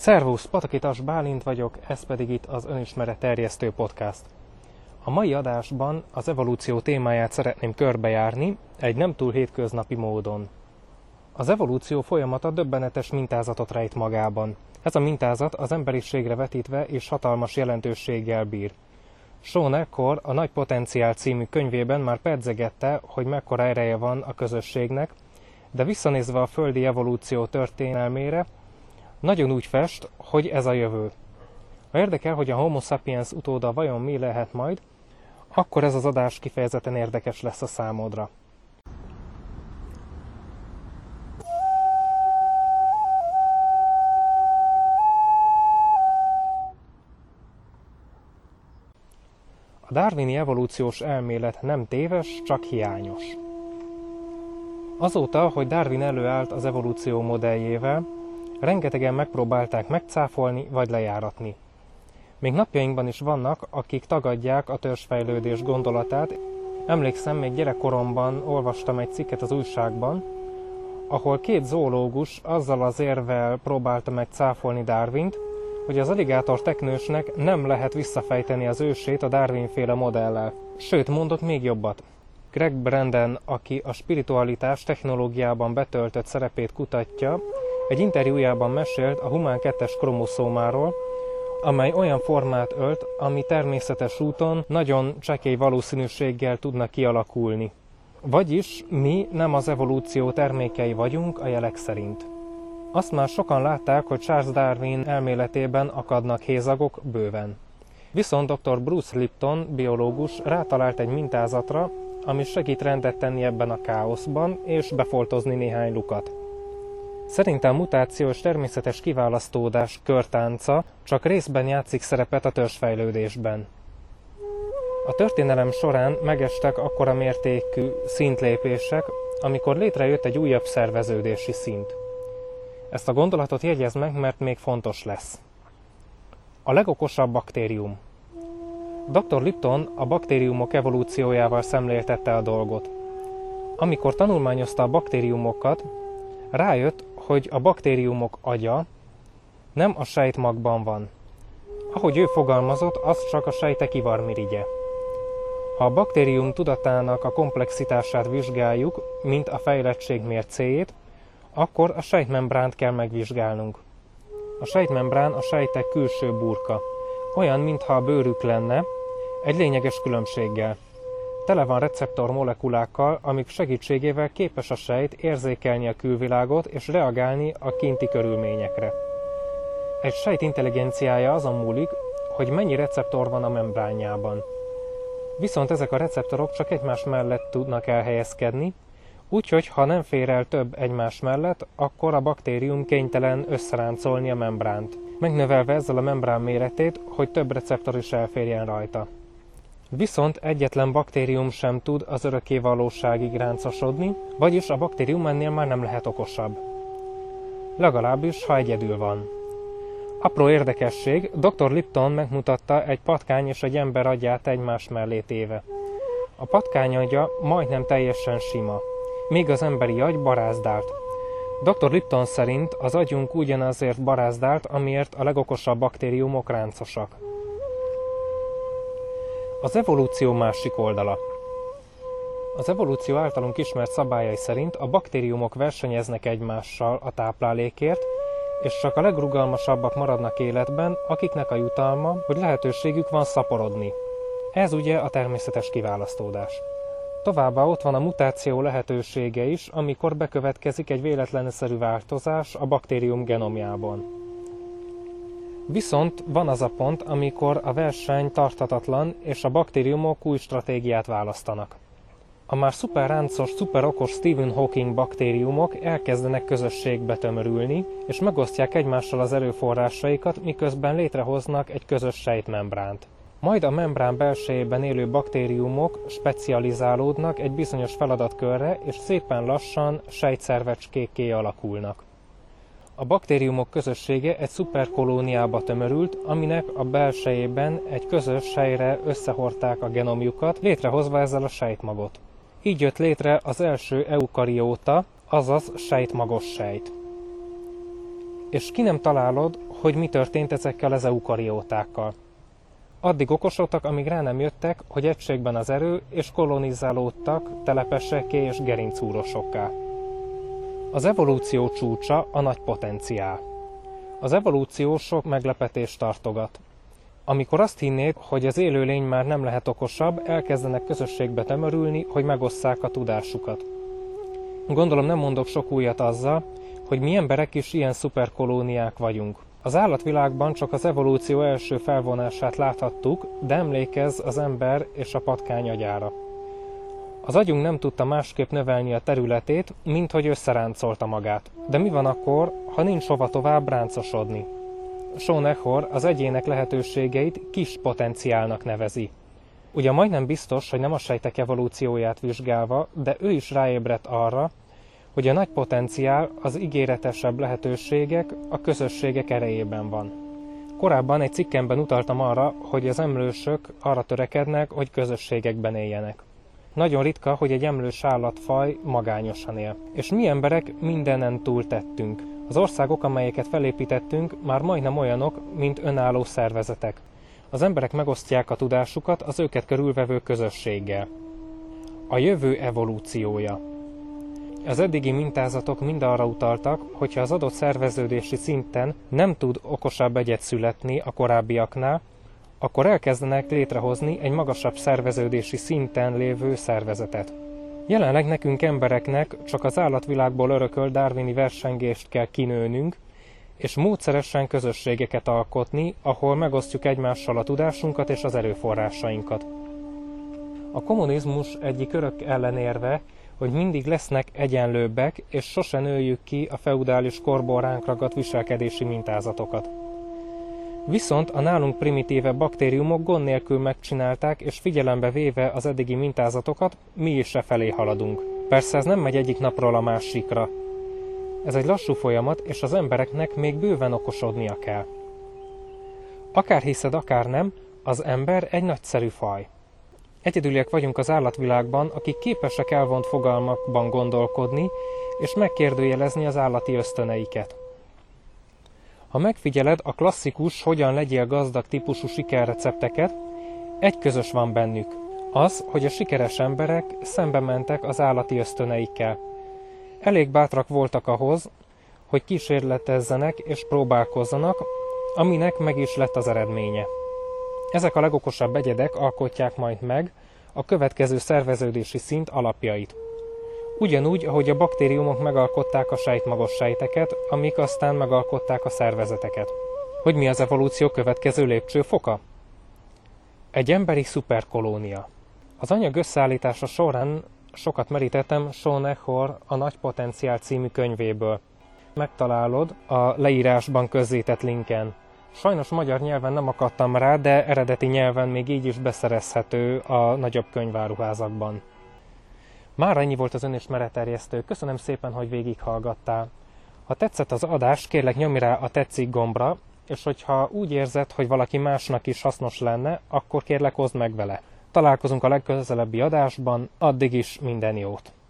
Szervusz, Patakitas Bálint vagyok, ez pedig itt az Önismeret Terjesztő Podcast. A mai adásban az evolúció témáját szeretném körbejárni egy nem túl hétköznapi módon. Az evolúció folyamata döbbenetes mintázatot rejt magában. Ez a mintázat az emberiségre vetítve és hatalmas jelentőséggel bír. Sean Eckhart a Nagy Potenciál című könyvében már pedzegette, hogy mekkora ereje van a közösségnek, de visszanézve a földi evolúció történelmére, nagyon úgy fest, hogy ez a jövő. Ha érdekel, hogy a Homo sapiens utóda vajon mi lehet majd, akkor ez az adás kifejezetten érdekes lesz a számodra. A darwini evolúciós elmélet nem téves, csak hiányos. Azóta, hogy Darwin előállt az evolúció modelljével, rengetegen megpróbálták megcáfolni vagy lejáratni. Még napjainkban is vannak, akik tagadják a törzsfejlődés gondolatát. Emlékszem, még gyerekkoromban olvastam egy cikket az újságban, ahol két zoológus azzal az érvel próbálta meg cáfolni Darwint, hogy az aligátor teknősnek nem lehet visszafejteni az ősét a Darwin-féle modellel. Sőt, mondott még jobbat. Greg Brandon, aki a spiritualitás technológiában betöltött szerepét kutatja, egy interjújában mesélt a humán 2-es kromoszómáról, amely olyan formát ölt, ami természetes úton nagyon csekély valószínűséggel tudna kialakulni. Vagyis mi nem az evolúció termékei vagyunk a jelek szerint. Azt már sokan látták, hogy Charles Darwin elméletében akadnak hézagok bőven. Viszont dr. Bruce Lipton, biológus rátalált egy mintázatra, ami segít rendet tenni ebben a káoszban és befoltozni néhány lukat. Szerintem a mutáció és természetes kiválasztódás körtánca csak részben játszik szerepet a törzsfejlődésben. A történelem során megestek akkora mértékű szintlépések, amikor létrejött egy újabb szerveződési szint. Ezt a gondolatot jegyezd meg, mert még fontos lesz. A legokosabb baktérium. Dr. Lipton a baktériumok evolúciójával szemléltette a dolgot. Amikor tanulmányozta a baktériumokat, rájött, hogy a baktériumok agya nem a sejtmagban van. Ahogy ő fogalmazott, az csak a sejtek ivarmirigye. Ha a baktérium tudatának a komplexitását vizsgáljuk, mint a fejlettség mércéjét, akkor a sejtmembránt kell megvizsgálnunk. A sejtmembrán a sejtek külső burka. Olyan, mintha a bőrük lenne, egy lényeges különbséggel. Tele van receptor molekulákkal, amik segítségével képes a sejt érzékelni a külvilágot és reagálni a kinti körülményekre. Egy sejt intelligenciája azon múlik, hogy mennyi receptor van a membránjában. Viszont ezek a receptorok csak egymás mellett tudnak elhelyezkedni, úgyhogy ha nem fér el több egymás mellett, akkor a baktérium kénytelen összeráncolni a membránt, megnövelve ezzel a membrán méretét, hogy több receptor is elférjen rajta. Viszont egyetlen baktérium sem tud az örökké valóságig ráncosodni, vagyis a baktérium ennél már nem lehet okosabb. Legalábbis, ha egyedül van. Apró érdekesség, dr. Lipton megmutatta egy patkány és egy ember agyát egymás mellé téve. A patkány agya majdnem teljesen sima, míg az emberi agy barázdált. Dr. Lipton szerint az agyunk ugyanazért barázdált, amiért a legokosabb baktériumok ráncosak. Az evolúció másik oldala. Az evolúció általunk ismert szabályai szerint a baktériumok versenyeznek egymással a táplálékért, és csak a legrugalmasabbak maradnak életben, akiknek a jutalma, hogy lehetőségük van szaporodni. Ez ugye a természetes kiválasztódás. Továbbá ott van a mutáció lehetősége is, amikor bekövetkezik egy véletlenszerű változás a baktérium genomjában. Viszont van az a pont, amikor a verseny tarthatatlan, és a baktériumok új stratégiát választanak. A már szuperráncos, szuperokos Stephen Hawking baktériumok elkezdenek közösségbe tömörülni, és megosztják egymással az erőforrásaikat, miközben létrehoznak egy közös sejtmembránt. Majd a membrán belsejében élő baktériumok specializálódnak egy bizonyos feladatkörre, és szépen lassan sejtszervecskékké alakulnak. A baktériumok közössége egy szuperkolóniába tömörült, aminek a belsejében egy közös sejre összehordták a genomjukat, létrehozva ezzel a sejtmagot. Így jött létre az első eukarióta, azaz sejtmagos sejt. és ki nem találod, hogy mi történt ezekkel az eukariótákkal. Addig okosodtak, amíg rá nem jöttek, hogy egységben az erő, és kolonizálódtak telepesekké és gerincúrosokká. Az evolúció csúcsa a nagy potenciál. Az evolúció sok meglepetést tartogat. Amikor azt hinnéd, hogy az élőlény már nem lehet okosabb, elkezdenek közösségbe tömörülni, hogy megosszák a tudásukat. Gondolom nem mondok sok újat azzal, hogy mi emberek is ilyen szuperkolóniák vagyunk. Az állatvilágban csak az evolúció első felvonását láthattuk, de emlékezz az ember és a patkány agyára. Az agyunk nem tudta másképp növelni a területét, mint hogy összeráncolta magát. De mi van akkor, ha nincs hova tovább ráncosodni? Sean Echor az egyének lehetőségeit kis potenciálnak nevezi. Ugye majdnem biztos, hogy nem a sejtek evolúcióját vizsgálva, de ő is ráébredt arra, hogy a nagy potenciál, az ígéretesebb lehetőségek a közösségek erejében van. Korábban egy cikkemben utaltam arra, hogy az emlősök arra törekednek, hogy közösségekben éljenek. Nagyon ritka, hogy egy emlős állatfaj magányosan él. És mi emberek mindenen túl tettünk. Az országok, amelyeket felépítettünk, már majdnem olyanok, mint önálló szervezetek. Az emberek megosztják a tudásukat az őket körülvevő közösséggel. A jövő evolúciója. Az eddigi mintázatok mind arra utaltak, hogyha az adott szerveződési szinten nem tud okosabb egyet születni a korábbiaknál, akkor elkezdenek létrehozni egy magasabb szerveződési szinten lévő szervezetet. Jelenleg nekünk embereknek csak az állatvilágból örökölt darwini versengést kell kinőnünk, és módszeresen közösségeket alkotni, ahol megosztjuk egymással a tudásunkat és az erőforrásainkat. A kommunizmus egyik örök ellenérve, hogy mindig lesznek egyenlőbbek, és sose nőjük ki a feudális korból ránk ragadt viselkedési mintázatokat. Viszont a nálunk primitívebb baktériumok gond nélkül megcsinálták, és figyelembe véve az eddigi mintázatokat, mi is felé haladunk. Persze ez nem megy egyik napról a másikra. Ez egy lassú folyamat, és az embereknek még bőven okosodnia kell. Akár hiszed, akár nem, az ember egy nagyszerű faj. Egyedüliek vagyunk az állatvilágban, akik képesek elvont fogalmakban gondolkodni, és megkérdőjelezni az állati ösztöneiket. Ha megfigyeled a klasszikus hogyan legyél gazdag típusú sikerrecepteket, egy közös van bennük. Az, hogy a sikeres emberek szembe mentek az állati ösztöneikkel. Elég bátrak voltak ahhoz, hogy kísérletezzenek és próbálkozzanak, aminek meg is lett az eredménye. Ezek a legokosabb egyedek alkotják majd meg a következő szerveződési szint alapjait. Ugyanúgy, ahogy a baktériumok megalkották a sejtmagos sejteket, amik aztán megalkották a szervezeteket. Hogy mi az evolúció következő lépcsőfoka? Egy emberi szuperkolónia. Az anyag összeállítása során sokat merítettem Sean Echor a Nagy Potenciál című könyvéből. Megtalálod a leírásban közzétett linken. Sajnos magyar nyelven nem akadtam rá, de eredeti nyelven még így is beszerezhető a nagyobb könyváruházakban. Már ennyi volt az önismeretterjesztő. Köszönöm szépen, hogy végighallgattál. Ha tetszett az adás, kérlek nyomj rá a tetszik gombra, és hogyha úgy érzed, hogy valaki másnak is hasznos lenne, akkor kérlek oszd meg vele. Találkozunk a legközelebbi adásban, addig is minden jót!